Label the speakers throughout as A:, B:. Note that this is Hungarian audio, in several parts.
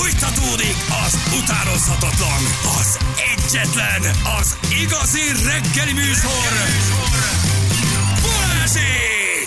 A: Fújtatódik az utánozhatatlan, az egyetlen, az igazi reggeli műsor, Balázsék!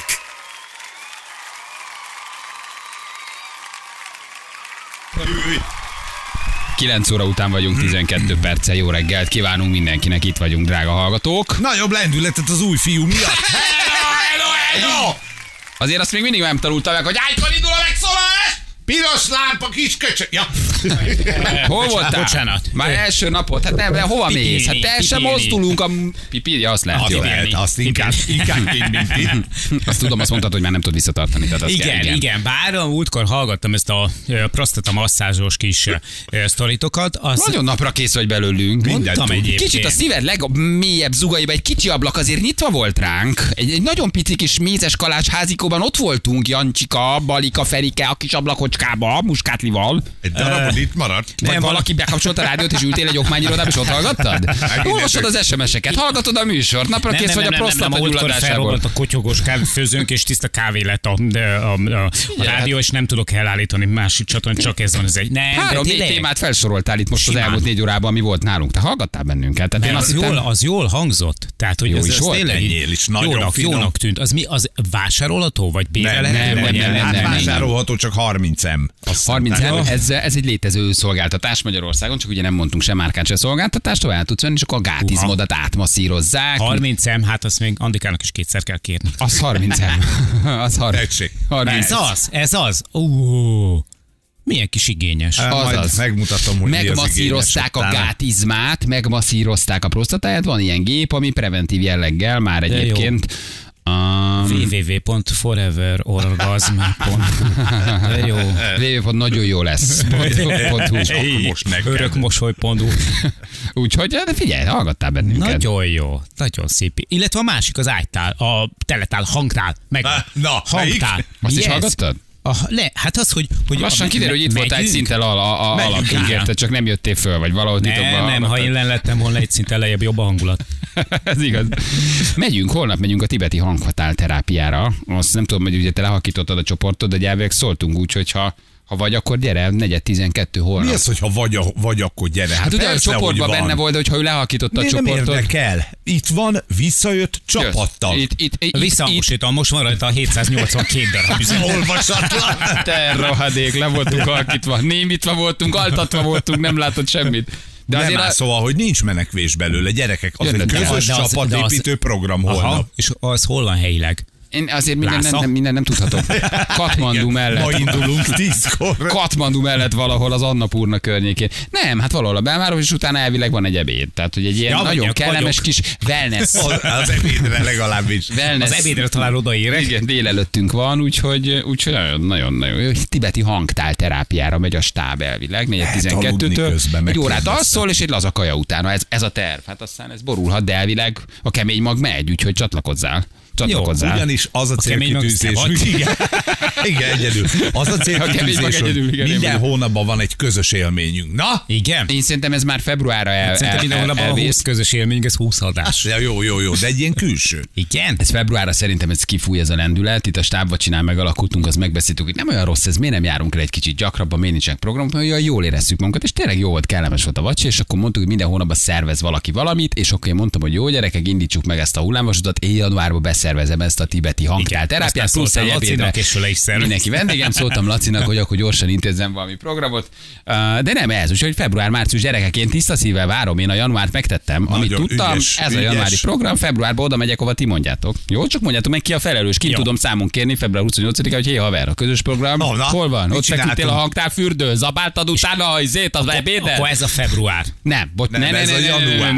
B: 9 óra után vagyunk, 12 perccel. Jó reggelt kívánunk mindenkinek, itt vagyunk, drága hallgatók.
C: Nagyobb lendületet az új fiú miatt.
B: Hello! Azért azt még mindig nem tanultam meg, hogy álykor indul a megszólalás!
C: Piros lámpa, kis köcsög. Ja.
B: Hol voltál?
D: Bocsánat.
B: Már első napot, hát nem, hova mész? Hát el sem mozdulunk a... Pipírja, azt lehet, jó.
C: Azt inkább mint.
B: Azt tudom, azt mondtad, hogy már nem tud visszatartani. Tehát
D: Igen. Bár a múltkor hallgattam ezt a prostata masszázsos kis sztoritokat.
B: Nagyon napra kész vagy belőlünk.
D: Mondtam egyébként.
B: Kicsit a szíved legmélyebb zugaiba egy kicsi ablak azért nyitva volt ránk. Egy nagyon pici kis mézes kalács házikóban ott voltunk, Jancsika, Balika, Ferike, a kis ablakocskába, muskátlival.
C: Egy darabod itt maradt.
B: Vagy valaki bekapcsolta a rádiót, és ültél egy okmányirodában, és ott hallgattad? Olvasod az SMS-eket, hallgatod a műsort, napra kész vagy a prostata gyulladásából.
D: Felrobbant a kotyogós főzőnk, és tiszta kávé lett a rádió, és nem tudok elállítani másik csatornán, csak ez van. Ez egy...
B: 3-4 témát felsoroltál itt most simán. Az elmúlt 4 órában, ami volt nálunk. Te hallgattál bennünket? Tehát én
D: az jól hangzott. Tehát, hogy
B: jó
D: ez
B: is volt,
D: tényleg
C: is nagyon
D: jónak tűnt. Az mi? Az vásárolható? Vagy bérelhető?
C: Nem. Vásárolható, csak 30M.
B: 30M, ez egy létező szolgáltatás Magyarországon, csak ugye nem mondtunk sem márkát, sem szolgáltatást, tovább tudsz venni, csak a gátizmodat átmasszírozzák.
D: 30M, hát azt még Andikának is kétszer kell kérni.
B: Az 30M. Az 30.
D: Ez az. Milyen kis igényes.
B: Azaz.
C: Megmutatom, hogy
B: megmasszírozták a gátizmát, megmasszírozták a prostatáját, van ilyen gép, ami preventív jelleggel már egyébként.
D: www.foreverorgasm. Jó.
B: Nagyon jó lesz.
D: Örökmosoly.hu.
B: Úgyhogy, de figyelj, hallgattál bennünket.
D: Nagyon jó. Nagyon szép. Illetve a másik az ágytál, a teletál, hangtál, meg hangtál.
B: Azt is hallgattad?
D: Hát az, hogy
B: lassan kiderül, hogy itt voltál egy szinttel alapunk, érted, csak nem jöttél föl, vagy valahogy titokban.
D: Nem, ha én lettem volna egy szinttel lejjebb, jobb a hangulat.
B: Ez igaz. Holnap megyünk a tibeti hanghatálterápiára. Azt nem tudom, hogy ugye te lehakítottad a csoportod, de elvileg szóltunk úgy, hogy ha vagy, akkor gyere, 4:12 holnap.
C: Mi az, hogyha vagy akkor gyere?
B: Hát ugye a csoportban benne volt, hogy ha ő lehakította a csoportot.
C: Nem érdekel. Itt van, visszajött csapattal.
D: Visszahangosítom, most van rajta a 782 darab.
C: Olvasatlan.
B: Te rohadék, le voltunk halkítva, némítva voltunk, altatva voltunk, nem látod semmit.
C: De azért szóval, hogy nincs menekvés belőle, gyerekek, az egy közös csapatépítő program holnap.
D: És az hol van helyileg?
B: Én azért minden nem tudhatom. Katmandu mellett.
C: Ma indulunk 10-kor.
B: Katmandu mellett valahol az Annapurna környékén. Nem, hát valahol a belváros, és utána elvileg van egy ebéd. Tehát, hogy egy ilyen nagyon kellemes kis wellness.
C: Az ebédre legalábbis.
D: Az ebédre talán odaérek.
B: Igen, délelőttünk van, úgyhogy nagyon jó. Tibeti hangtálterápiára megy a stáb elvileg, 4:12-től. Egy órát alszol, és egy laza kaja utána. Ez a terv. Hát aztán ez borulhat, de elvileg a kemény mag megy, úgyhogy csatlakozzál.
C: Jó, ugyanis az a célkitűzés. Igen, egyedül. Az a célkitűzés, hogy minden hónapban van egy közös élményünk. Na?
B: Igen. Én szerintem ez már februárra
D: Szerintem minden hónapban van 20 közös élményünk, ez 20 adás.
C: Ja, jó, de egy ilyen külső.
D: Igen.
B: Ez februárra szerintem ez kifúj ez a lendület. Itt a stábvacsinál megalakultunk, azt megbeszéltük, hogy nem olyan rossz ez, miért nem járunk el egy kicsit gyakrabban, miért nincsenek programok, mert jól érezzük magunkat, és tényleg jó volt, kellemes volt a vacsi, és akkor mondtuk, hogy minden hónapban szervez valaki valamit, és akkor én mondtam, hogy jó gyerekek, indítsuk meg ezt a hullámvasutat, én januárban szervezem ezt a tibeti hangtálterápiát, plusz egy ebédre. Mindenki vendégem, szóltam Lacinak, hogy akkor gyorsan intézzem valami programot. De nem ez, úgyhogy február-március gyerekek, én tiszta szívvel várom, én a januárt megtettem, amit tudtam, ügyes. A januári program, februárban oda megyek, ahova ti mondjátok. Jó, csak mondjátok meg ki a felelős, ki tudom számon kérni február 28-án, hogy hé haver, a közös program, hol van? Ott feküdtél a hangtálfürdő, zabáltad utána a izét, az ebédet?
D: Akkor ez a február.
B: Nem,
C: ez a január.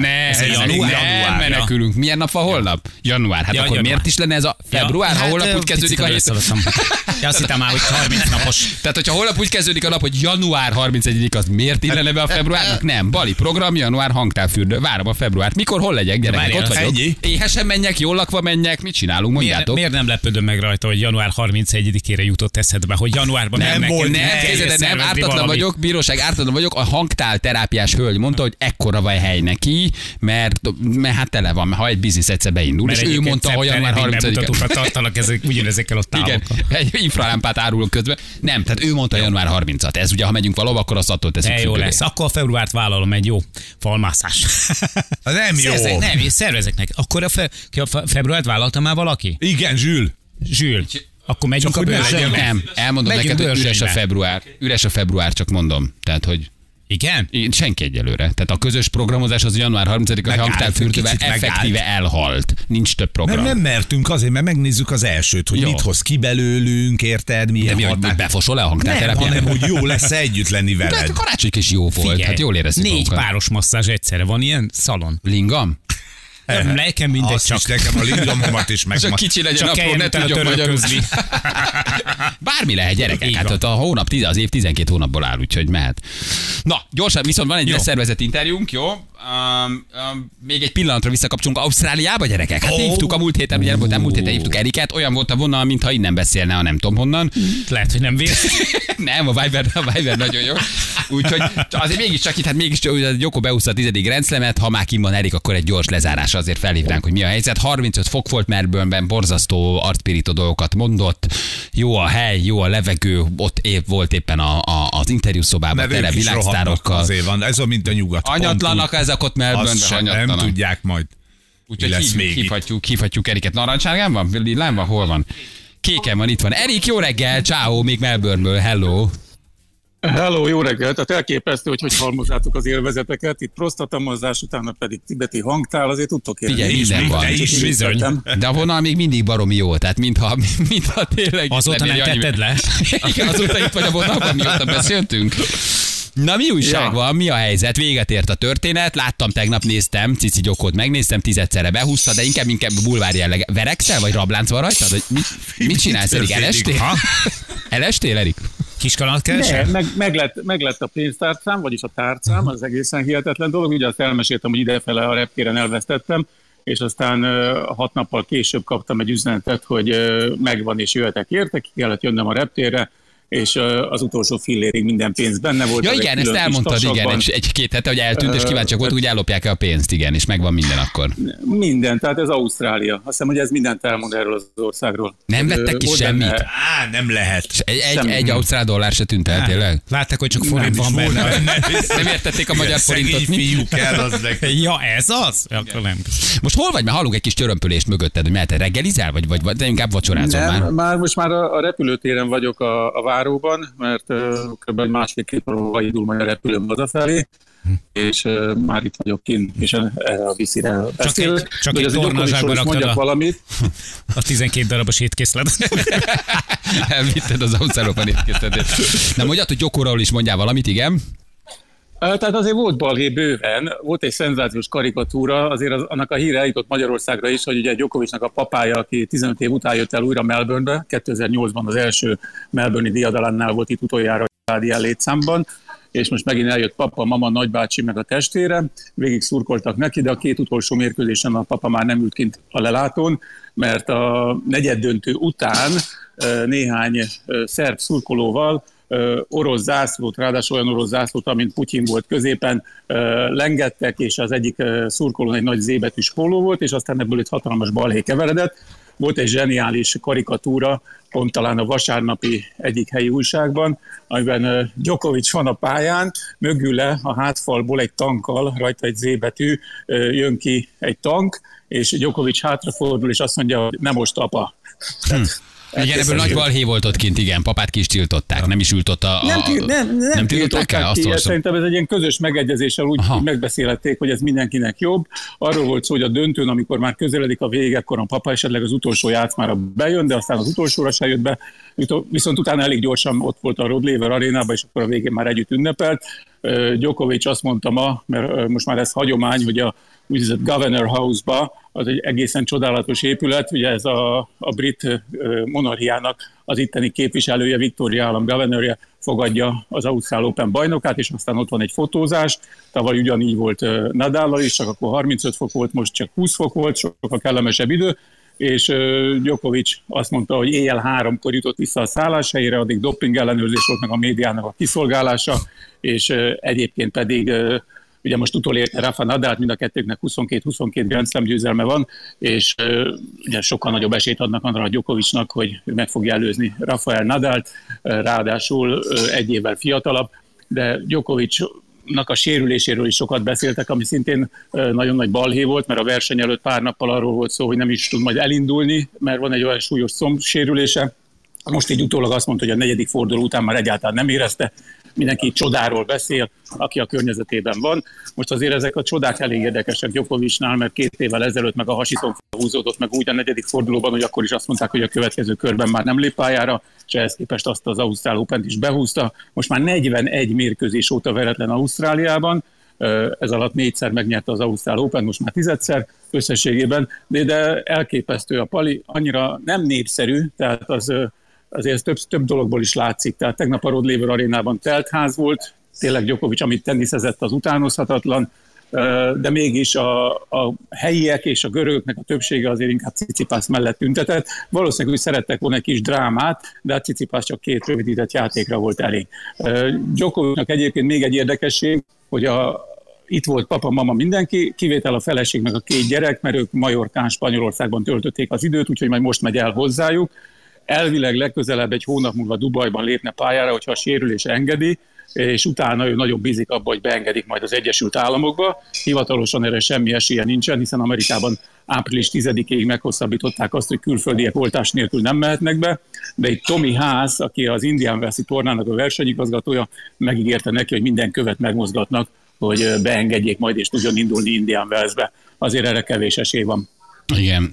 B: Nem menekülünk. Milyen nap van holnap? Január. Hát akkor miért is lenne ez a február, ha holnap úgy kezdődik a hét?
D: Azt hittem már, hogy 30 napos.
B: Tehát, hogyha holnap úgy kezdődik a nap, hogy január 31, az miért illene be a februárnak? Nem. Bali program, január hangtálfürdő. Várom a februárt. Mikor, hol legyek, gyerekek? Ott vagyok. Éhesen menjek, jól lakva menjek, mit csinálunk, mondjátok?
D: Miért nem lepődöm meg rajta, hogy január 31-ére jutott eszedbe, hogy januárban
B: nem volt. Nem, ártatlan vagyok, bíróság, ártatlan vagyok. A hangtálterápiás hölgy mondta, hogy ekkora van hely neki, mert hát tele van, ha egy biznisz egyszer beindul. És ő mondta, hogy január január 30-án
D: tartanak ugyanezekkel a távokkal.
B: Igen, egy infralámpát árulok közben. Nem, tehát ő mondta január 30-at. Ez ugye, ha megyünk valahova, akkor azt attól teszünk.
D: Jó lesz. Akkor a februárt vállalom, egy jó falmászás.
C: Nem jó.
D: Szervezek neki. Akkor a februárt vállalta már valaki?
C: Igen, Zsül.
D: Akkor megyünk a bőrsénybe.
B: Nem, elmondom neked, hogy üres a február. Üres a február, csak mondom. Tehát, hogy
D: igen?
B: Senki egyelőre. Tehát a közös programozás az január 30-a hangtárfürdővel effektíve elhalt. Nincs több program.
C: Nem mertünk azért, mert megnézzük az elsőt, hogy mit hogy ki belőlünk, érted? Milyen
B: hogy befosol-e a hangtárterápiát?
C: Nem, hanem hogy jó lesz együtt lenni veled.
B: De a karácsonyk is jó volt. Figyelj, hát jól érezzük
D: 4 páros masszázs egyszerre. Van ilyen szalon?
B: Lingam?
D: Nekem mindegy,
C: azt csak. Nekem a lingamomat is meg.
B: Csak kicsi legyen
D: csak
B: apró, ne tudjak magyarozni. Bármi lehet, gyerekek. Hát a hónap, az év 12 hónapból áll, úgyhogy mehet. Na, gyorsan, viszont van egy leszervezett interjúnk, jó? Még egy pillanatra visszakapcsolunk Ausztráliába, gyerekek. Hát hívtuk a múlt héten, ugye múlt héten hívtuk Eriket, olyan volt a vonal, mintha innen beszélne, ha nem tudom honnan.
D: Lehet, hogy nem vész.
B: Nem, a Viber nagyon jó. Úgyhogy azért mégiscsak itt, hát mégis Joko beúszta a 10. Grand Slamet, ha már kim van Erik, akkor egy gyors lezárás, azért felhívnánk, hogy mi a helyzet. 35 fok volt Melbourneben, borzasztó arcpirító dolgokat mondott. Jó a hely, jó a levegő, ott volt éppen az interjúszobában tele világsztárokkal.
C: Azért van, ez olyan, mint a nyugat.
B: Anyatlanak ezek ott Melbourneben,
C: nem tudják majd.
B: Úgyhogy hívhatjuk Eriket. Narancsárgán van? Lilán van? Hol van? Kéken van, itt van. Erik, jó reggel, ciao, még Melbourneből, hello.
E: Hello, jó reggelt! Tehát elképesztő, hogy halmozzátok az élvezeteket. Itt prostatamozás, utána pedig tibeti hangtál, azért tudtok élni.
B: Figyelj, minden van.
D: Bizony.
B: De a vonal még mindig baromi jó, tehát mintha tényleg...
D: Azóta nem tetted le?
B: Igen, azóta itt vagy a vonalban, mióta beszéltünk. Na, mi újság van? Mi a helyzet? Véget ért a történet. Láttam, tegnap néztem, Cici Gyokót megnéztem, 10-szerre behúzta, de inkább bulvár jelleg. Verekszel, vagy rablánc van rajtad? Mit csinálsz, Erik? Elestél? Elestél, Erik?
D: Kiskalant keresel?
E: Meg lett a pénztárcám, vagyis a tárcám, az egészen hihetetlen dolog. Ugye azt elmeséltem, hogy idefele a reptéren elvesztettem, és aztán 6 nappal később kaptam egy üzenetet, hogy megvan és jöhetek érte, ki kellett jönnöm a reptérre, és az utolsó fillérig minden pénz benne volt.
B: Ja igen, ezt elmondtad, igen, egy-két hete, hogy eltűnt, és kíváncsiak voltunk, hogy ellopják-e a pénzt, igen, és megvan minden akkor.
E: Minden, tehát ez Ausztrália. Azt hiszem, hogy ez mindent elmond erről az országról.
B: Nem vettek ki semmit?
C: Nem lehet.
B: Egy ausztrál dollár se tűnt el, tényleg?
D: Látták, hogy csak forint van benne.
B: Nem értették a magyar forintot.
C: Fiú kell az
D: ja, ez az? Akkor nem.
B: Most hol vagy? Mert hallunk egy kis csörömpölést mögötted, hogy mehet reggelizel, vagy inkább vacsorázol már?
E: Most már a repülőtéren vagyok a váróban, mert kb. 1,5-2 óra indul majd a repülőm hazafelé, és már itt vagyok kint, és erre a vízire beszélek.
D: Csak egy tornazsákban raktad
E: valamit.
D: A 12 darabos étkészlet.
B: Elvitted az ausztrálokban étkészletet. Nem mondjad, hogy Gyokóról is mondjál valamit, igen?
E: Tehát azért volt balhé bőven, volt egy szenzációs karikatúra, azért annak a híre eljutott Magyarországra is, hogy ugye Djokovicnak a papája, aki 15 év után jött el újra Melbournebe, 2008-ban az első Melbourne-i diadalánál volt itt utoljára a családi létszámban, és most megint eljött papa, mama, nagybácsi meg a testvére, végig szurkoltak neki, de a 2 utolsó mérkőzésen a papa már nem ült kint a lelátón, mert a negyeddöntő után néhány szerb szurkolóval orosz zászlót, ráadásul olyan orosz zászlót, amint Putyin volt középen, lengettek, és az egyik szurkolón egy nagy Z-betűs póló volt, és aztán ebből egy hatalmas balhé keveredett. Volt egy zseniális karikatúra, pont talán a vasárnapi egyik helyi újságban, amiben Djokovic van a pályán, mögüle a hátfalból egy tankkal, rajta egy Z-betű, jön ki egy tank, és Djokovic hátrafordul, és azt mondja, hogy nem most apa.
B: Igen, ebből nagy balhé volt ott kint, igen, papát ki is tiltották, nem is ült ott
E: nem tiltották el, ki, szerintem ez egy ilyen közös megegyezéssel úgy megbeszélhették, hogy ez mindenkinek jobb. Arról volt szó, hogy a döntőn, amikor már közeledik a vége, akkor a papa esetleg az utolsó játszmára bejön, de aztán az utolsóra se jött be, viszont utána elég gyorsan ott volt a Rod Laver arénában, és akkor a végén már együtt ünnepelt. Djokovic azt mondta ma, mert most már ez hagyomány, hogy a úgynevezett Governor House-ba, az egy egészen csodálatos épület, ugye ez a brit monarchiának az itteni képviselője, Victoria állam governorja fogadja az Ausztrál Open bajnokát, és aztán ott van egy fotózás. Tavaly ugyanígy volt Nadállal is, csak akkor 35 fok volt, most csak 20 fok volt, sokkal kellemesebb idő, és Djokovic azt mondta, hogy éjjel 3-kor jutott vissza a szálláshelyére, addig doping ellenőrzés volt, meg a médiának a kiszolgálása, és egyébként pedig ugye most utolérte Rafa Nadált, mind a kettőknek 22 Grand Slam győzelme van, és ugye sokkal nagyobb esélyt adnak András Djokovicnak, hogy ő meg fogja előzni Rafael Nadált, ráadásul egy évvel fiatalabb, de Djokovicnak a sérüléséről is sokat beszéltek, ami szintén nagyon nagy balhé volt, mert a verseny előtt pár nappal arról volt szó, hogy nem is tud majd elindulni, mert van egy olyan súlyos szombsérülése. Most így utólag azt mondta, hogy a 4. forduló után már egyáltalán nem érezte. Mindenki csodáról beszél, aki a környezetében van. Most azért ezek a csodák elég érdekesek Djokovicnál, mert 2 évvel ezelőtt meg a hasizom húzódott meg úgy a 4. fordulóban, hogy akkor is azt mondták, hogy a következő körben már nem lép pályára, és ehhez képest azt az Ausztrál Opent is behúzta. Most már 41 mérkőzés óta veretlen Ausztráliában, ez alatt 4-szer megnyerte az Ausztrál Open, most már 10-szer összességében, de elképesztő a pali, annyira nem népszerű, tehát azért több dologból is látszik. Tehát tegnap a Rod Laver arénában telt ház volt, tényleg Djokovic, amit teniszezett, az utánozhatatlan, de mégis a helyiek és a görögöknek a többsége azért inkább Tsitsipas mellett tüntetett. Valószínűleg úgy szerettek volna egy kis drámát, de a Tsitsipas csak 2 rövidített játékra volt elég. Djokovicnak egyébként még egy érdekesség, hogy itt volt papa, mama, mindenki, kivétel a feleség meg a 2 gyerek, mert ők Majorkán, Spanyolországban töltötték az időt, úgyhogy majd most megy el hozzájuk. Elvileg legközelebb egy hónap múlva Dubajban lépne pályára, hogyha a sérülés engedi, és utána ő nagyon bízik abba, hogy beengedik majd az Egyesült Államokba. Hivatalosan erre semmi esélye nincsen, hiszen Amerikában április 10-ig meghosszabbították azt, hogy külföldiek oltás nélkül nem mehetnek be, de itt Tommy Haas, aki az Indian Wells-i tornának a versenyigazgatója, megígérte neki, hogy minden követ megmozgatnak, hogy beengedjék majd, és tudjon indulni Indian Wells-be. Azért erre kevés esély van.
B: Igen.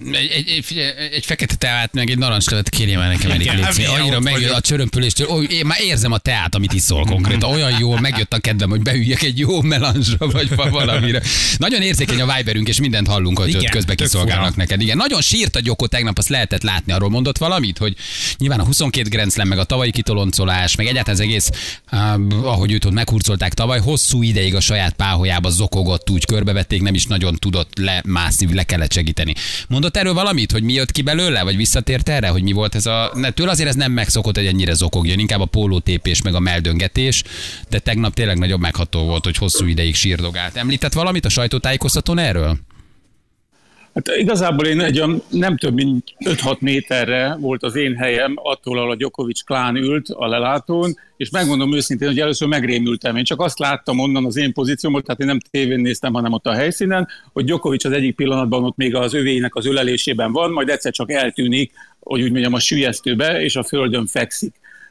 B: Egy fekete teát, meg egy narancslevet kérjem el nekem elég létszni. Annyira megjött a csörömpöléstől, én már érzem a teát, amit iszol konkrétan. Olyan jól megjött a kedvem, hogy beüljek egy jó melanzsra, vagy valamire. Nagyon érzékeny a Viberünk, és mindent hallunk, hogy ott közben kiszolgálnak neked. Igen. Nagyon sírt a Gyoko tegnap, azt lehetett látni. Arról mondott valamit, hogy nyilván a 22 Grand Slam, meg a tavalyi kitoloncolás, meg egyáltalán az egész, ahogy őt ott meghurcolták tavaly, hosszú ideig a saját páholyába zokogott, úgy körbevették, nem is nagyon tudott lemászni, le kellett segíteni. Mondott erről valamit, hogy mi jött ki belőle, vagy visszatért erre, hogy mi volt ez tőle azért ez nem megszokott, hogy ennyire zokogjon, inkább a pólótépés, meg a meldöngetés, de tegnap tényleg nagyobb megható volt, hogy hosszú ideig sírdogált. Említett valamit a sajtótájékoztatón erről?
E: Hát igazából én nem több mint 5-6 méterre volt az én helyem attól, ahol a Djokovic klán ült a lelátón, és megmondom őszintén, hogy először megrémültem. Én csak azt láttam onnan az én pozíciómot, tehát én nem tévén néztem, hanem ott a helyszínen, hogy Djokovic az egyik pillanatban ott még az övének az ölelésében van, majd egyszer csak eltűnik, hogy úgy mondjam, a sülyeztőbe, és a földön fekszik.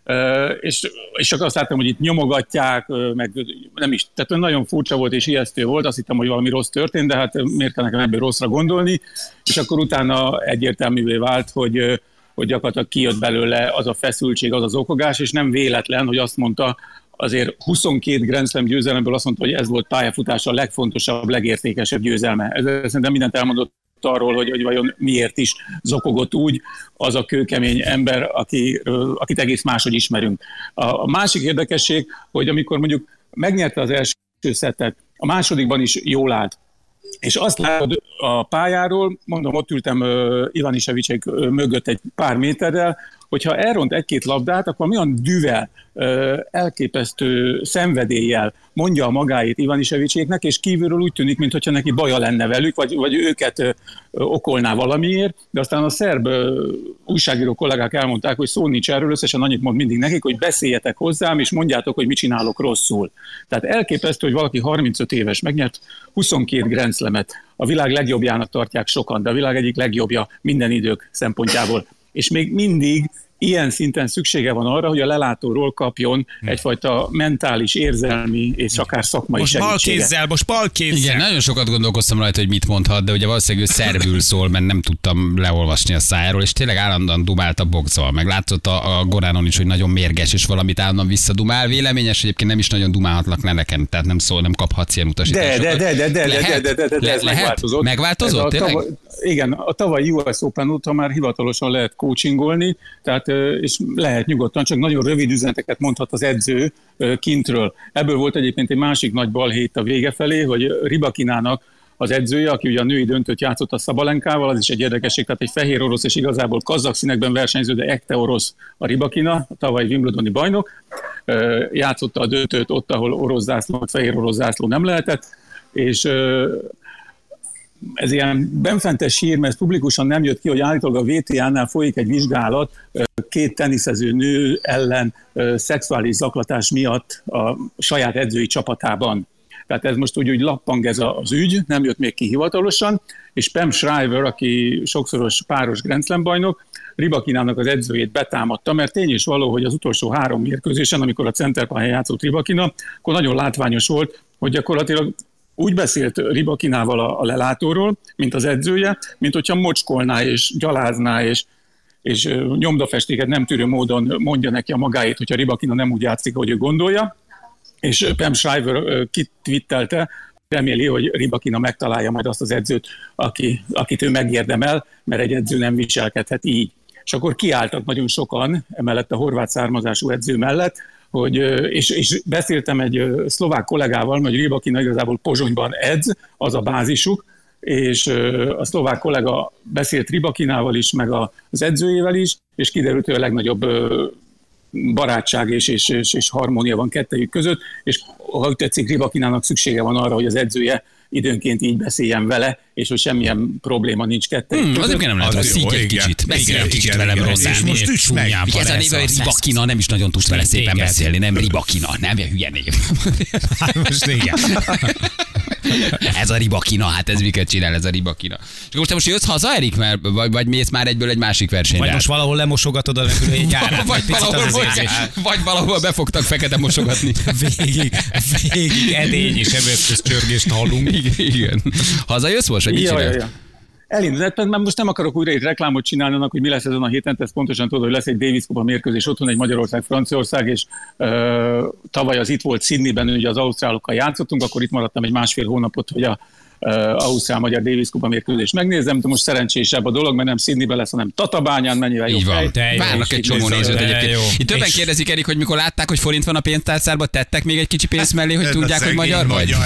E: És csak azt láttam, hogy itt nyomogatják, meg nem is, tehát nagyon furcsa volt és ijesztő volt, azt hittem, hogy valami rossz történt, de hát miért kell nekem ebből rosszra gondolni, és akkor utána egyértelművé vált, hogy gyakorlatilag kijött belőle az a feszültség, az az okogás, és nem véletlen, hogy azt mondta, azért 22 Grand Slam győzelemből azt mondta, hogy ez volt pályafutása a legfontosabb, legértékesebb győzelme. Ez szerintem mindent elmondott arról, hogy vajon miért is zokogott úgy az a kőkemény ember, akit egész máshogy ismerünk. A másik érdekesség, hogy amikor mondjuk megnyerte az első szettet, a másodikban is jól állt, és azt látod a pályáról, mondom, ott ültem Ivanisevicsek mögött egy pár méterrel, hogyha elront egy-két labdát, akkor olyan düvel, elképesztő szenvedéllyel mondja a magáét Ivanisevicséknek, és kívülről úgy tűnik, mintha neki baja lenne velük, vagy őket okolná valamiért, de aztán a szerb újságíró kollégák elmondták, hogy szó nincs erről, összesen annyit mond mindig nekik, hogy beszéljetek hozzám, és mondjátok, hogy mit csinálok rosszul. Tehát elképesztő, hogy valaki 35 éves megnyert 22 Grand Slamet, a világ legjobbjának tartják sokan, de a világ egyik legjobbja minden idők szempontjából. És még mindig ilyen szinten szüksége van arra, hogy a lelátóról kapjon egyfajta mentális, érzelmi és akár szakmai segítséget.
D: Most balkézzel.
B: Igen, nagyon sokat gondolkoztam rajta, hogy mit mondhat, de ugye valószínűleg ő szerbül szól, mert nem tudtam leolvasni a szájáról, és tényleg állandóan dumált a boxol. Meg látszott a Goránon is, hogy nagyon mérges, és valamit állandóan visszadumál. Véleményes, egyébként nem is nagyon dumálhatnak leleken, tehát nem szól, nem kaphatsz ilyen utasításokat.
E: De ez megváltozott.
B: Megváltozott, tényleg?
E: Igen, a tavalyi US Open óta már hivatalosan lehet coachingolni, tehát és lehet nyugodtan, csak nagyon rövid üzeneteket mondhat az edző kintről. Ebből volt egyébként egy másik nagy balhét a vége felé, hogy Ribakinának az edzője, aki ugye a női döntőt játszott a Szabalenkával, az is egy érdekesség, tehát egy fehér orosz és igazából kazak színekben versenyző, de ekte orosz a Ribakina, a tavalyi Wimbledoni bajnok, játszotta a döntőt ott, ahol orosz zászló, fehér orosz zászló nem lehetett, és ez ilyen benfentes hír, mert publikusan nem jött ki, hogy állítólag a VTA-nál folyik egy vizsgálat 2 teniszező nő ellen szexuális zaklatás miatt a saját edzői csapatában. Tehát ez most úgy lappang ez az ügy, nem jött még ki hivatalosan, és Pam Shriver, aki sokszoros páros Grand Slam bajnok, Rybakinának az edzőjét betámadta, mert tény is való, hogy az utolsó 3 mérkőzésen, amikor a centerpályán játszott Rybakina, akkor nagyon látványos volt, hogy gyakorlatilag úgy beszélt Rybakinával a lelátóról, mint az edzője, mint hogyha mocskolná és gyalázná, és nyomdafestéket nem tűrő módon mondja neki a magáét, hogyha Rybakina nem úgy játszik, ahogy ő gondolja. És Pam Shriver kitwittelte, reméli, hogy Rybakina megtalálja majd azt az edzőt, akit ő megérdemel, mert egy edző nem viselkedhet így. És akkor kiálltak nagyon sokan, emellett a horvát származású edző mellett, és beszéltem egy szlovák kollégával, hogy Rybakina igazából Pozsonyban edz, az a bázisuk, és a szlovák kollega beszélt Rybakinával is, meg az edzőjével is, és kiderült, hogy a legnagyobb barátság és harmónia van kettejük között, és ha úgy tetszik, Rybakinának szüksége van arra, hogy az edzője időnként így beszéljen vele, és hogy semmilyen probléma nincs kettejük.
B: Azért nem lehet, hogy szígy egy kicsit. Beszélj egy kicsit velem rosszul.
C: És most is meg.
B: Ez a néve, hogy Rybakina, nem is nagyon tudsz vele szépen beszélni, nem Rybakina, nem hülye név.
D: Most igen.
B: Ez a Rybakina, hát ez miket csinál ez a Rybakina. És most te most jössz haza, Erik, vagy mész már egyből egy másik versenyre?
D: Vagy most valahol lemosogatod a repülőjegy árát,
B: vagy valahol befogtak fekete mosogatni.
D: Végig edény és ebédközcsörgést hallunk.
B: Igen. Hazajössz most, vagy mit csinálsz?
E: Elindult, mert most nem akarok újra egy reklámot csinálni annak, hogy mi lesz ezen a héten, ezt pontosan tudod, hogy lesz egy Davis Kupa mérkőzés, otthon egy Magyarország-Franciaország, és tavaly az itt volt Sydneyben, ugye az ausztrálokkal játszottunk, akkor itt maradtam egy 1,5 hónapot, hogy a Ausztrál-Magyar Davis Kupa mérkőzést megnézem, de most szerencsésebb a dolog, mert nem Sydneyben lesz, hanem Tatabányán, mennyivel jobb hely.
B: Várnak egy csomó nézőt egyébként. Itt többen kérdezik, Erik, hogy mikor látták, hogy forint van a pénztárcában, tettek még egy kicsi pénzt mellé, hogy tudják, hogy magyar vagy?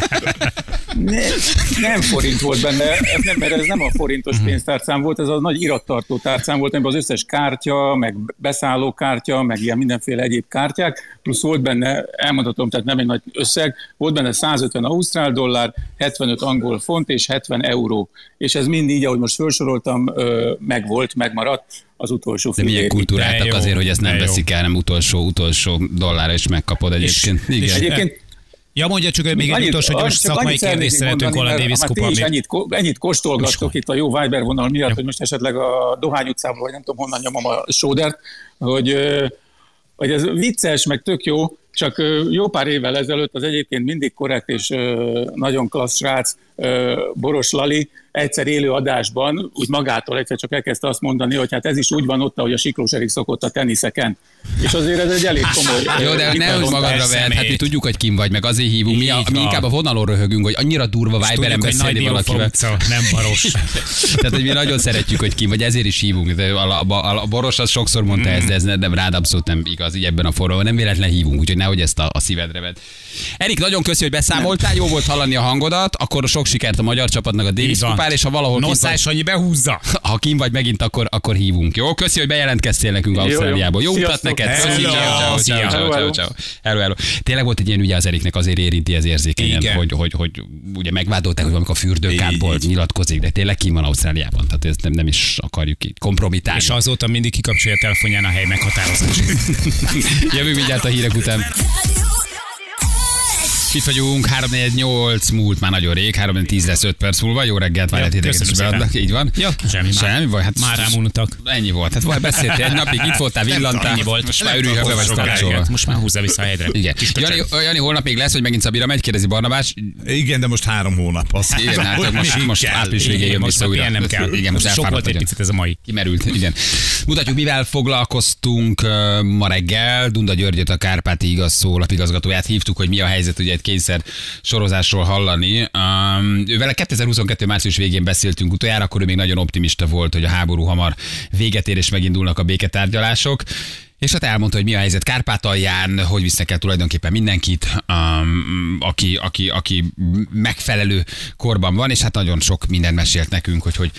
E: Nem forint volt benne, mert ez nem a forintos pénztárcám volt, ez a nagy irattartó tárcám volt, amiben az összes kártya, meg beszállókártya, meg ilyen mindenféle egyéb kártyák, plusz volt benne, elmondhatom, tehát nem egy nagy összeg, volt benne 150 ausztrál dollár, 75 angol font és 70 euró. És ez mind így, ahogy most felsoroltam, megmaradt az utolsó
B: fél. De milyen kultúráltak azért, hogy ezt nem veszik el, nem utolsó dollárra is megkapod egyébként.
E: És egyébként
D: ja, mondja csak, hogy még egy utolsó gyors szakmai kérdést szeretünk volna a Davis Kupa.
E: Ennyit kóstolgattok itt a jó Viber vonal miatt, hogy most esetleg a Dohány utcából, vagy nem tudom honnan nyomom a sódert, hogy ez vicces, meg tök jó, csak jó pár évvel ezelőtt az egyébként mindig korrekt és nagyon klassz srác Boros Lali egyszer élő adásban úgy magától egyszer csak elkezdte azt mondani, hogy hát ez is úgy van ott, ahogy a Siklós Erik szokott a teniszeken. És azért ez egy elég komoly...
B: Jó, de nehogy magadra vedd, hát mi tudjuk, hogy kim vagy, meg azért hívunk. Mi inkább a vonalon röhögünk, hogy annyira durva Viberen beszélni valakivel.
D: Nem Baros.
B: Tehát, hogy mi nagyon szeretjük, hogy kim vagy, ezért is hívunk. De a Boros az sokszor mondta ezt, de ez nem rád abszolút nem igaz, így ebben a forróban. Nem véletlen hívunk, úgyhogy nehogy ezt a szívedre vedd. Erik, nagyon köszi, hogy beszámoltál, jó volt hallani a hangodat, akkor sok sikert a magyar csapatnak a Davis Kupára, és ha valahol
D: Noszás annyi behúzza.
B: Ha kim vagy megint, akkor hívunk. Jó, köszi, hogy bejelentkeztél nekünk Ausztráliából. Jó utat neked. Hello. Tényleg volt egy ilyen ügye az Eriknek, azért érinti ez érzékenyen, hogy ugye megvádolták, hogy valamikor a fürdőkádból nyilatkozik, de tényleg kim van Ausztráliában, tehát ezt nem is akarjuk kompromitálni.
D: És azóta mindig kikapcsolja a telefonján a hely meghatározás.
B: Jövünk mindjárt a hírek után. Itt vagyunk, 3-4-8 múlt már nagyon rég, 3-10 lesz 5 perc múlva. Jó reggelt, várját idegen is beadnak, így van.
D: Ja, semmi
B: vagy, hát
D: már rámúltak.
B: Ennyi volt, hát vagy beszéltél egy napig, itt voltál, villantál.
D: Ennyi volt.
B: Most már örülj, ha be vagy kapcsolva.
D: Most már húzza vissza a helyre.
B: Igen. Jani, holnap még lesz, hogy megint Szabira megy, kérdezi Barnabás.
C: Igen, de most 3 hónap.
B: Igen, hát most április végén jön vissza újra.
D: Nem kell.
B: Igen, most
D: sok volt egy picit ez a mai.
B: Kimerült, igen. Mutatjuk, mivel foglalkoztunk ma reggel. Dunda Györgyöt, a Kárpáti Igaz Szó lapigazgatóját hívtuk, hogy mi a helyzet, ugye egy kényszer sorozásról hallani. Vele 2022. március végén beszéltünk utoljára, akkor ő még nagyon optimista volt, hogy a háború hamar véget ér és megindulnak a béketárgyalások. És hát elmondta, hogy mi a helyzet Kárpátalján, hogy visznek el tulajdonképpen mindenkit, aki megfelelő korban van, és hát nagyon sok mindent mesélt nekünk, hogy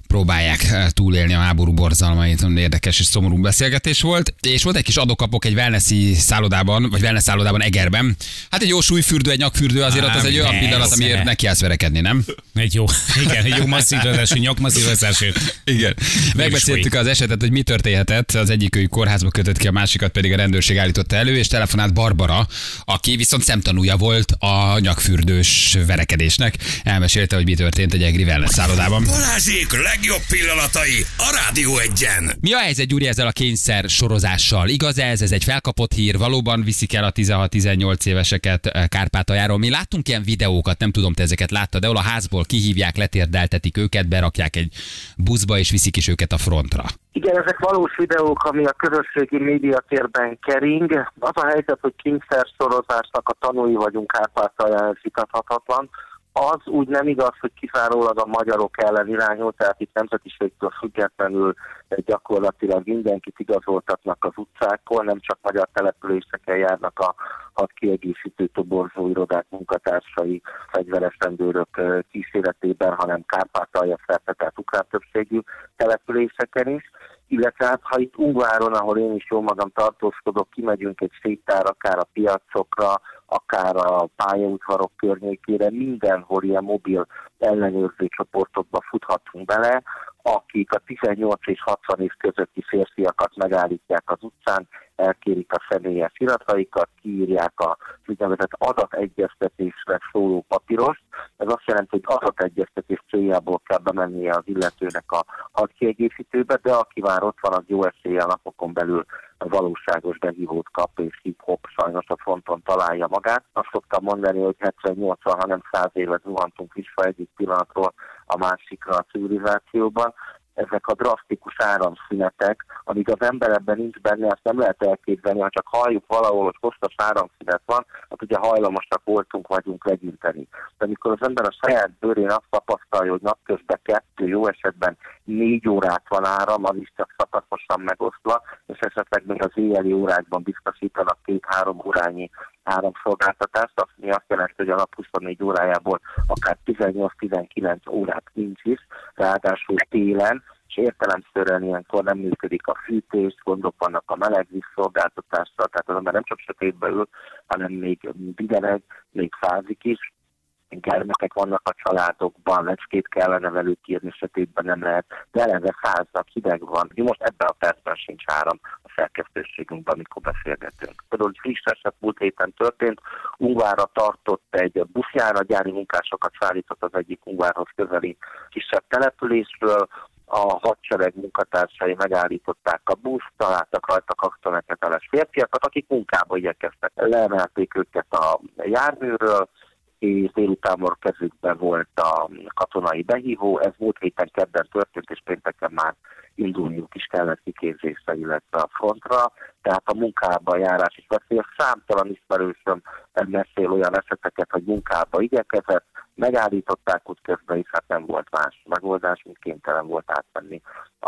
B: próbálják túlélni a háború borzalmait. Érdekes és szomorú beszélgetés volt. És volt egy kis adokapok egy wellnessi szállodában, vagy wellness szállodában Egerben. Hát egy jó súlyfürdő, egy nyakfürdő, azért ott az egy olyan pillanat, amiért neki állsz verekedni, nem?
D: Egy jó masszírozású, nyakmasszírozású.
B: Igen. Megbeszéltük az esetet, hogy mi történhetett. Az egyikőjük kórházba kötött ki, a másikat pedig a rendőrség állította elő, és telefonált Barbara, aki viszont szemtanúja volt a nyakfürdős verekedésnek. Elmesélte, hogy mi történt egy egri wellness szállodában.
A: Balázsék legjobb pillanatai a Rádió Egyen.
B: Mi a helyzet, Gyuri, ezzel a kényszer sorozással? Igaz ez egy felkapott hír, valóban viszik el a 16-18 éveseket Kárpátaljáról. Mi láttunk ilyen videókat, nem tudom, te ezeket láttad, de ahol a házból kihívják, letérdeltetik őket, berakják egy buszba és viszik is őket a frontra.
F: Igen, ezek valós videók, ami a közösségi médiatérben kering. Az a helyzet, hogy kényszersorozásnak a tanúi vagyunk Kárpátalján, ez vitathatatlan. Az úgy nem igaz, hogy kizárólag a magyarok ellen irányul, tehát itt nemzetiségtől függetlenül gyakorlatilag mindenkit igazoltatnak az utcákon, nem csak magyar településeken járnak a hadkiegészítő toborzó irodák munkatársai fegyveres rendőrök kíséretében, hanem Kárpátalja szerte, tehát ukrán többségű településeken is. Illetve hát, ha itt Ungváron, ahol én is jó magam tartózkodok, kimegyünk egy sétára, akár a piacokra, akár a pályaudvarok környékére, mindenhol ilyen mobil ellenőrző csoportokba futhatunk bele, akik a 18 és 60 év közötti férfiakat megállítják az utcán, elkérik a személyes irataikat, kiírják a úgynevezett adategyeztetésre szóló papírost. Ez azt jelenti, hogy adategyeztetés céljából kell bemennie az illetőnek a hadkiegészítőbe, de aki már ott van, az jó eséllyel napokon belül valóságos behívót kap, és hip-hop sajnos a fronton találja magát. Azt szoktam mondani, hogy 70-80, hanem 100 évet zuhantunk vissza egyik pillanatról a másikra a civilizációban. Ezek a drasztikus áramszünetek, amíg az ember ebben nincs benne, azt nem lehet elképzelni, ha csak halljuk valahol, hogy hosszas áramszünet van, hát ugye hajlamosak vagyunk legyinteni. De amikor az ember a saját bőrén azt tapasztalja, hogy napközben 2, jó esetben 4 órát van áram, az is csak szakaszosan megosztva, és esetleg még az éjjeli órákban biztosítanak 2-3 órányi áramszolgáltatást, ami azt jelenti, hogy a nap 24 órájából akár 18-19 órát nincs is, ráadásul télen, és értelemszerűen ilyenkor nem működik a fűtés, gondok vannak a melegvíz szolgáltatásra, tehát az ember nem csak sötétbe ül, hanem még bideleg, még fázik is. Gyermekek vannak a családokban, lecskét kellene velük írni, sötétben nem lehet, de eleve fáznak, hideg van. Most ebben a percben sincs áram a szerkesztőségünkben, amikor beszélgetünk. Például friss eset múlt héten történt, Ungvárra tartott egy buszjára, gyári munkásokat szállított az egyik Ungvárhoz közeli kisebb településről, a hadsereg munkatársai megállították a buszt, találtak rajta kaktoneketeles férfiakat, akik munkába igyekeztek. Leemelték őket a járműről, és délutánban kezükben volt a katonai behívó. Ez múlt héten kedden történt, és pénteken már indulniuk is kellett kiképzésre, illetve a frontra. Tehát a munkába járás is veszélyes. Számtalan ismerősöm mesél olyan eseteket, hogy munkába igyekezett, megállították útközben, és hát nem volt más megoldás, mint kénytelen volt átvenni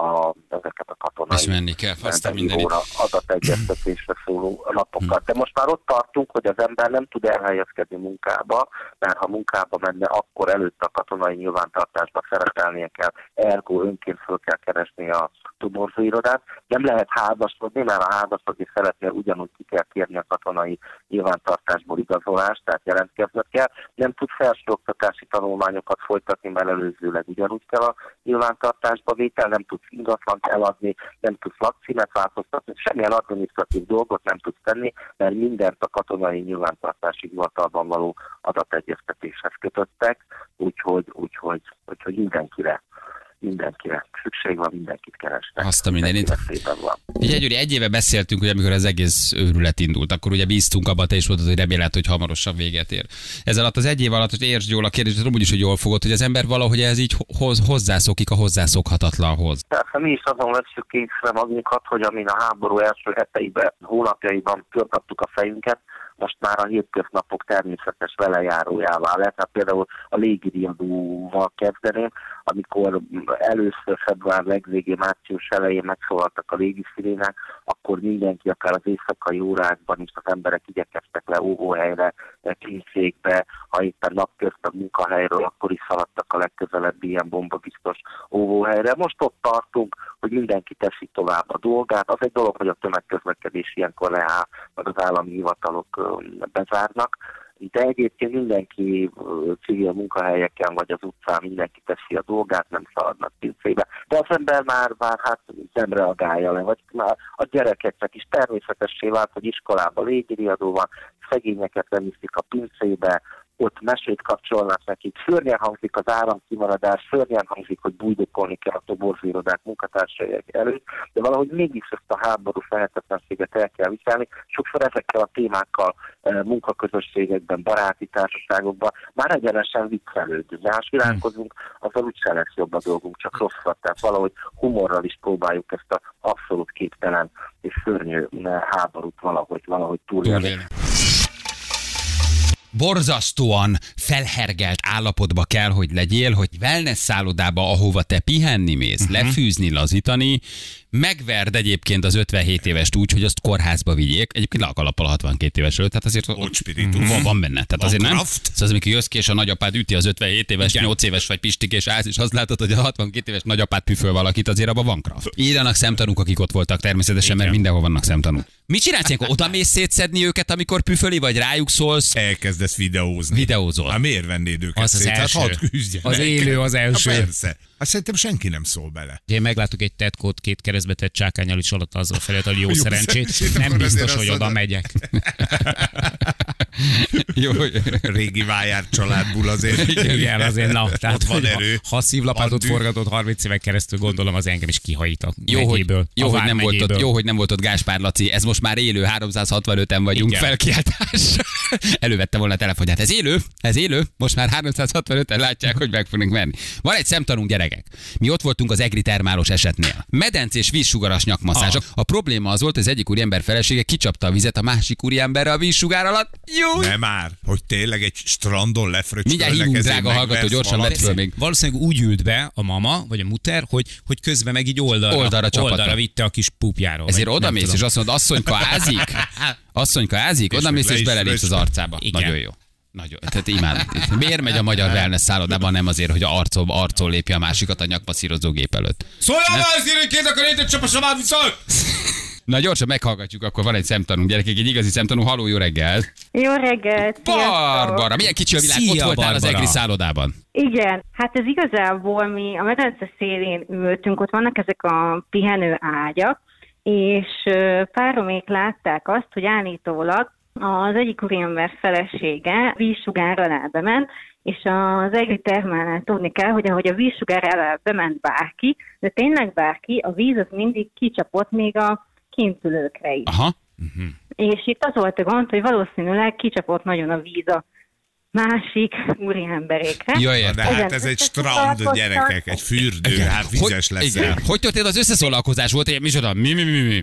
F: ezeket a katonai
B: és menni kell,
F: adategyeztetésre szóló lapokat. De most már ott tartunk, hogy az ember nem tud elhelyezkedni munkába, mert ha munkába menne, akkor előtt a katonai nyilvántartásba szerepelnie kell, ergo önként föl kell keresni a toborzóirodát. Nem lehet házasodni, mert a házasodni szeretnél, ugyanúgy ki kell kérni a katonai nyilvántartásból igazolást, tehát jelentkezned kell. Nem tud felsőoktatási tanulmányokat folytatni, mert előzőleg ugyanúgy kell a nyilvántartásba vétel, nem tudsz ingatlant eladni, nem tudsz lakcímet változtatni, semmilyen adminisztratív dolgot nem tudsz tenni, mert mindent a katonai nyilvántartási hivatalban való adategyeztetéshez kötöttek, úgyhogy mindenkire szükség van, mindenkit keresnek.
B: Azt a mindenit. Ugye, Gyuri, egy éve beszéltünk, hogy amikor az egész őrület indult, akkor ugye bíztunk abba, te is mondtad, hogy reméled, hogy hamarosan véget ér. Ez alatt az egy év alatt, hogy értsd jól a kérdést, tudom úgyis, hogy jól fogod, hogy az ember valahogy ez így hozzászokik a hozzászokhatatlanhoz.
F: Tehát mi is azon vesszük észre magunkat, hogy amin a háború első heteiben, hónapjaiban törkaptuk a fejünket, most már a hétköznapok természetes velejárójává lett. Hát például a légiriadóval kezdeném, amikor először február legvégén, március elején megszólaltak a légiszirénák, akkor mindenki, akár az éjszakai órákban is az emberek igyekeztek le óvóhelyre, pincékbe, ha éppen napközben munkahelyről, akkor is szaladtak a legközelebbi ilyen bombabiztos óvóhelyre. Most ott tartunk, hogy mindenki teszi tovább a dolgát. Az egy dolog, hogy a tömegközlekedés ilyenkor leáll, meg az állami hivatalok bezárnak, de egyébként mindenki civil munkahelyeken vagy az utcán mindenki teszi a dolgát, nem szaladnak pincébe. De az ember már hát nem reagálja le, vagy már a gyerekeknek is természetessé vált, hogy iskolába légiriadó van, szegényeket leviszik a pincébe, ott mesét kapcsolnak nekik, szörnyen hangzik az áramkimaradás, szörnyen hangzik, hogy bújdokolni kell a toborzírodák munkatársai előtt, de valahogy mégis ezt a háború felhetetlenséget el kell viselni. Sokszor ezekkel a témákkal munkaközösségekben, baráti társaságokban már egyenesen viccelődünk. De ha viránkozunk, azzal úgyse lesz jobb a dolgunk, csak rosszat. Tehát valahogy humorral is próbáljuk ezt a abszolút képtelen és szörnyű háborút valahogy túlélni.
B: Borzasztóan felhergelt állapotba kell, hogy legyél, hogy wellness szállodába, ahova te pihenni mész, lefűzni, lazítani, megverd egyébként az 57 évest úgy, hogy azt kórházba vigyék. Egyébként le a kalappal a 62 éves előtt, tehát azért van benne. Tehát azért nem. Szóval amikor jössz ki, és a nagyapád üti az 57 éves, 8 éves vagy Pistik, és állsz, és azt látod, hogy a 62 éves nagyapád püföl valakit, azért abban van kraft. Írjanak szemtanúk, akik ott voltak természetesen, mert mindenhol vannak szemtanúk. Mit csinálsz ilyenkor? Oda mész szétszedni őket, amikor püföli, vagy rájuk szólsz?
C: Elkezdesz videózni.
B: Videózol.
C: Hát miért vennéd őket
D: az
C: szét?
D: első.
C: Hát hadd küzdjenek.
D: Az élő az első.
C: Persze. Hát szerintem senki nem szól bele.
D: Én megláttuk egy tetkót két keresztbe tett csákánnyal is alatt azzal felett, hogy jó szerencsét. Nem
C: akkor
D: biztos,
C: azért
D: hogy
C: azt
D: oda
C: mondod.
D: megyek.
B: Jó.
C: Régi Vájár családból azért.
D: Igen, azért na. Tehát,
C: Ott van
D: hogy
C: erő.
D: ha szívlapátot
C: Addig.
D: forgatott 30 éven keresztül, gondolom az engem is kihajít a
B: Jó,
D: megyéből.
B: hogy nem volt ott Gáspár Laci. Ez most már élő, 365-en vagyunk.
D: Igen.
B: Felkiáltás. Elővette volna a telefonját. Ez élő. Most már 365-en látják, hogy meg fogunk menni. Van egy szemtanúnk, gyerekek. Mi ott voltunk az egri termálós esetnél. Medencés vízsugaras nyakmasszázsok. A probléma az volt, hogy az egyik úriember felesége kicsapta a vizet a másik úriemberre a vízsugár alatt. Jó.
C: Nem már, hogy tényleg egy strandon lefröccskölnek.
B: Mindjárt hívunk, drága hallgató, gyorsan vett föl még.
D: Valószínűleg úgy ült be a mama, vagy a muter, hogy közben meg így oldalra vitte a kis pupjáról.
B: Ezért
D: vagy
B: oda
D: nem
B: mész,
D: tudom.
B: és azt mondod, asszonyka ázik, oda mész, és belelépsz az arcába.
D: Igen.
B: Nagyon jó. Nagyon. Tehát imádom. Miért megy a magyar wellness szállodában, nem azért, hogy arcol lépje a másikat a nyakpasszírozó gép előtt.
D: Szóljál már, az két akkor én csapasam viszont!
B: Na gyorsan meghallgatjuk, akkor van egy szemtanúnk, gyerekek, egy igazi szemtanú. Halló, jó reggelt!
G: Jó reggelt!
B: Barbara, milyen kicsi a világ,
D: Szia,
B: ott voltál az
D: Barbara.
B: egri szállodában.
G: Igen, hát ez igazából mi a medence szélén ültünk, ott vannak ezek a pihenő ágyak, és páromék látták azt, hogy állítólag az egyik úriember felesége vízsugár alá bement, és az egri termálnál tudni kell, hogy ahogy a vízsugár alá bement bárki, de tényleg bárki, a víz az mindig kicsapott még a kintülőkre is.
B: Aha.
G: És itt az volt a gond, hogy valószínűleg kicsapott nagyon a víz a másik úriemberékre.
B: Jaj,
C: De
B: értem.
C: hát
G: Igen,
C: ez egy
G: összeszólalkoztak.
C: strand, gyerekek, egy fürdő, hát vizes leszel.
B: Igen. Hogy történt az összeszólalkozás? Volt egy micsoda? Mi?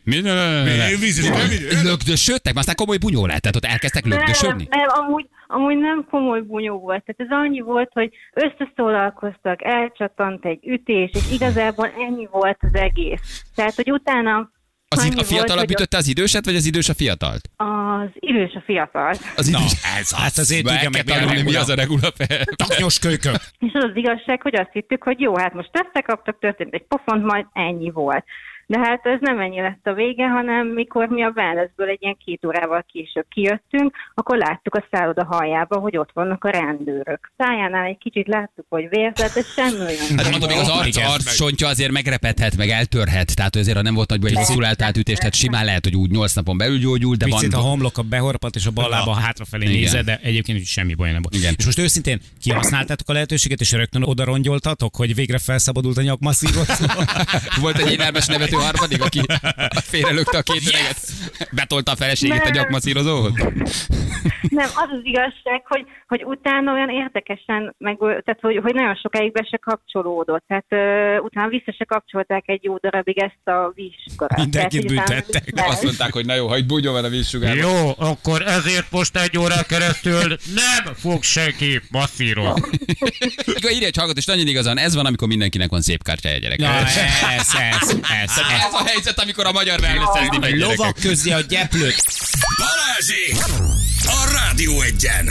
C: Vízes,
B: Lögdösödtek, aztán komoly bunyó lett, tehát ott elkezdtek lögdösödni?
G: Nem, amúgy nem komoly bunyó volt. Tehát ez annyi volt, hogy összeszólalkoztak, elcsattant egy ütés, és igazából ennyi volt az egész. Tehát, hogy utána
B: A
G: annyi
B: fiatalabb
G: volt, hogy
B: ütötte az időset, vagy az idős a fiatalt?
G: az idős a fiatal.
B: Az idős.
D: Hát azért
B: Meg
D: tudja
B: kell
D: meg,
B: tanulni, mi
D: mi
B: az a regula.
D: taknyos kölykök.
G: És az az igazság, hogy azt hittük, hogy jó, hát most összekaptak, történt egy pofont, majd ennyi volt. De hát ez nem ennyi lett a vége, hanem mikor mi a wellnessből egy ilyen 2 órával később kijöttünk, akkor láttuk a szálloda haljába, hogy ott vannak a rendőrök. Szájánál egy kicsit láttuk, hogy vérzett, de semmi olyan.
B: Hát mondom, még az arcsontja azért megrepedhet, meg eltörhet, tehát azért, ha nem volt nagyban egy szulált átütés, tehát simán lehet, hogy úgy 8 napon belül gyógyul, de
D: Picit a
B: van...
D: homloka behorpat, és a bal lába hátrafelé
B: Igen.
D: nézed, de egyébként semmi baj nem volt.
B: Igen.
D: És most őszintén kihasználtátok a lehetőséget, és rögtön oda rongyoltatok, hogy végre felszabadult a nyakmasszírozó?
B: Volt egy énelmes nevető harmadik, aki félrelökte a két öreget. Betolta a feleségét a gyakmasszírozóhoz?
G: Nem, az az igazság, hogy utána olyan érdekesen, tehát hogy nagyon sokáig be se kapcsolódott. Tehát utána vissza se kapcsolták egy jó darabig ezt a vízsugarat.
D: Mindenkit büntettek.
B: Azt mondták, hogy na jó, hagyd bújjon vele a vízsugárba.
D: Jó, akkor ezért most egy órán keresztül nem fog senki masszírozni.
B: Akkor írj egy hallgató, és nagyon igazán ez van, amikor mindenkinek van szép kártyája, gyerekek.
D: Na, ez.
B: Ez a helyzet, amikor a magyar wellnessezni megy, gyerekek.
D: Lovak közé a gyeplőt.
A: Balázsék! A Rádió Egyen!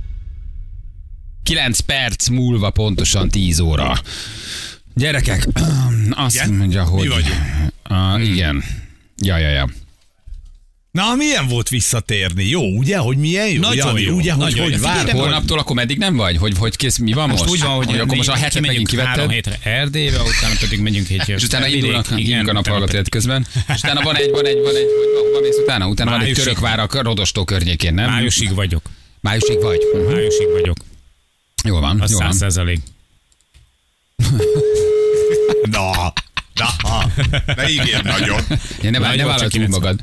B: 9 perc múlva pontosan 10 óra. Gyerekek, azt
C: igen?
B: mondja, hogy...
C: Mi vagyunk?
B: Igen. Ja.
C: Na, milyen volt visszatérni? Jó, ugye, hogy milyen jó?
D: Nagyon
C: Jani,
D: jó.
C: ugye,
D: Nagyon
C: hogy
D: jó.
C: vár.
B: Holnaptól akkor meddig nem vagy? Hogy kész, mi van most?
D: Úgy van, hogy
B: akkor most a hetet megint
D: kimegyünk 3
B: kivetted.
D: hétre Erdélybe, utána pedig megyünk egy
B: És utána indulnak a naphallgatóját közben. És utána van egy, hova mész utána? Utána van egy Törökvár a Rodostó környékén, nem?
D: Májusig vagyok.
B: Májusig vagy?
D: Májusig vagyok.
B: Jól van,
D: Az
B: jól van.
D: 100%.
C: Na, ne ígérj nagyon.
B: Ne vállalj túl magad.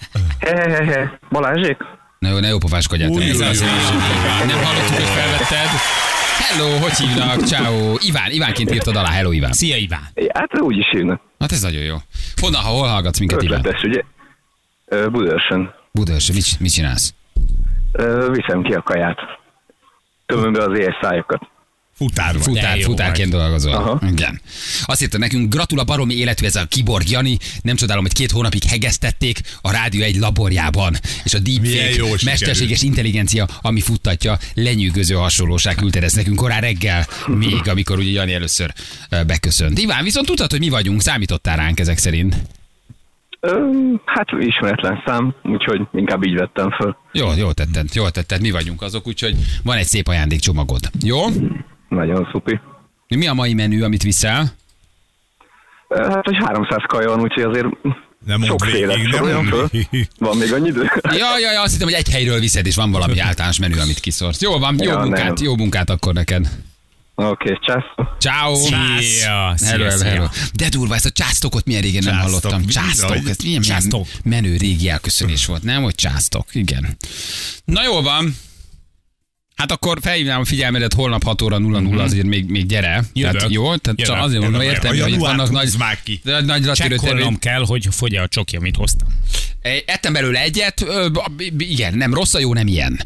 F: Balázsék?
B: Ne jó pofáskodjál. Nem hallottuk, hogy felvetted. Hello, hogy hívnak? Ciao. Ivánként írtad alá. Hello, Iván.
D: Szia, Iván.
F: Hát úgy is hívnak.
B: Hát ez nagyon jó. Hol hallgatsz minket, Iván?
F: Ötletes, ugye? Budaörsön.
B: Budaörsön. Mit csinálsz?
F: Viszem ki a kaját. Tömöm be az éhes szájokat.
B: Futárként dolgozol.
F: Aha.
B: Igen. Azt írta nekünk, gratul a baromi életű ez a Kiborg Jani, nem csodálom, hogy 2 hónapig hegesztették a Rádió egy laborjában, és a deepfake, mesterséges intelligencia, ami futtatja, lenyűgöző hasonlóság küldted ezt nekünk korán reggel, még amikor ugye Jani először beköszönt. Iván, viszont tudtad, hogy mi vagyunk, számítottál ránk ezek szerint?
F: Hát ismeretlen szám, úgyhogy inkább így vettem föl.
B: Jól tetted, mi vagyunk azok, úgyhogy van egy szép ajándékcsomagod. Jó?
F: Nagyon szupi.
B: Mi a mai menü, amit viszel?
F: Hát, hogy 300 kaja van, úgyhogy azért sokféle. Van még annyi idő?
B: Ja, azt hittem, hogy egy helyről viszed, és van valami általános menü, amit kiszorsz. Jó van, jó munkát akkor neked.
F: Oké, csász.
B: Ciao. Hello. De durva, ezt a császtokot milyen régen nem hallottam. Császtok, ez milyen menő régi elköszönés volt, nem? Hogy császtok, igen. Na jól van. Hát akkor felhívnám a figyelmedet, holnap 6 óra 00, azért még gyere. Tehát, jó? Tehát csak azért mondom, értem, hogy itt vannak nagyra
D: csekkolnom kell, hogy fogy-e a csoki, amit hoztam.
B: Ettem belőle egyet, igen, nem rossz, a jó nem ilyen.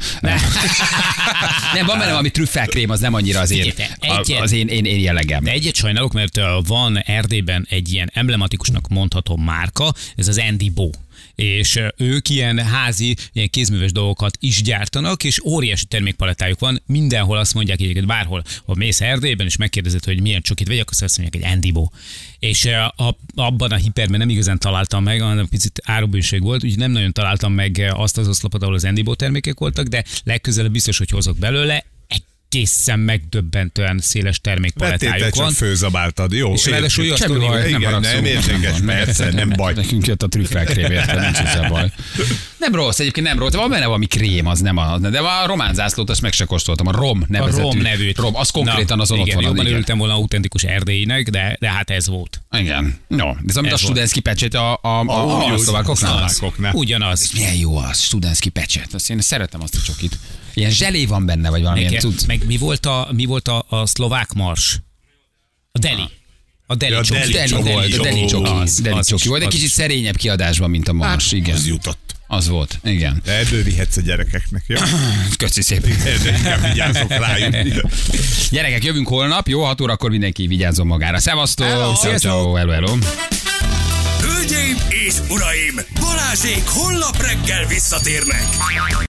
B: Nem, van benne valami trüffelkrém, az nem annyira az én jellegem.
D: De egyet sajnálok, mert van Erdélyben egy ilyen emblematikusnak mondható márka, ez az Andy Bo. És ők ilyen házi, ilyen kézműves dolgokat is gyártanak, és óriási termékpalettájuk van. Mindenhol azt mondják, egyébként bárhol, ha mész Erdélyben, és megkérdezed, hogy milyen csokit vegyek, azt mondják, egy Andy Bo. És abban a hiperben nem igazán találtam meg, hanem picit árubőség volt, úgyhogy nem nagyon találtam meg azt az oszlopot, ahol az Andy Bo termékek voltak, de legközelebb biztos, hogy hozok belőle. Egészen megdöbbentően széles termékpalettájuk van.
C: Csak főzabáltad, jó?
D: És ráadásul azt tudni, hogy
C: nem értékes, persze, nem baj.
B: Nekünk jött a trüffelkrém, érted, nincs ezzel baj. Nem rossz, egyébként nem rossz, van benne valami krém, az nem a, de a román zászlót azt meg se kóstoltam, a rom nevezetű.
D: A rom nevűt.
B: Rom, az konkrétan azon ott van.
D: Jobban örültem volna autentikus erdélyinek, de hát ez volt.
B: Igen. No, de ez amit a Studenszki pecset a szlovákoknál.
D: Ugyanaz.
B: Milyen jó az, Studenszki pecset. Én szeretem azt a csokit. Ilyen zselé van benne, vagy valamilyen cucc.
D: Meg mi volt a szlovák mars? A Deli. A Deli
B: csoki volt. Egy kicsit szerényebb kiadásban, mint a mars. Igen.
C: Az jutott.
B: Az volt, igen.
C: De ebből vihetsz a gyerekeknek, jó?
B: Köszi szépen.
C: Vigyázzok rájuk.
B: Gyerekek, jövünk holnap, jó? 6 órakor mindenki vigyázzon magára. Szevasztok! Ciao, hello.
A: Hölgyeim és uraim, Balázsék holnap reggel visszatérnek.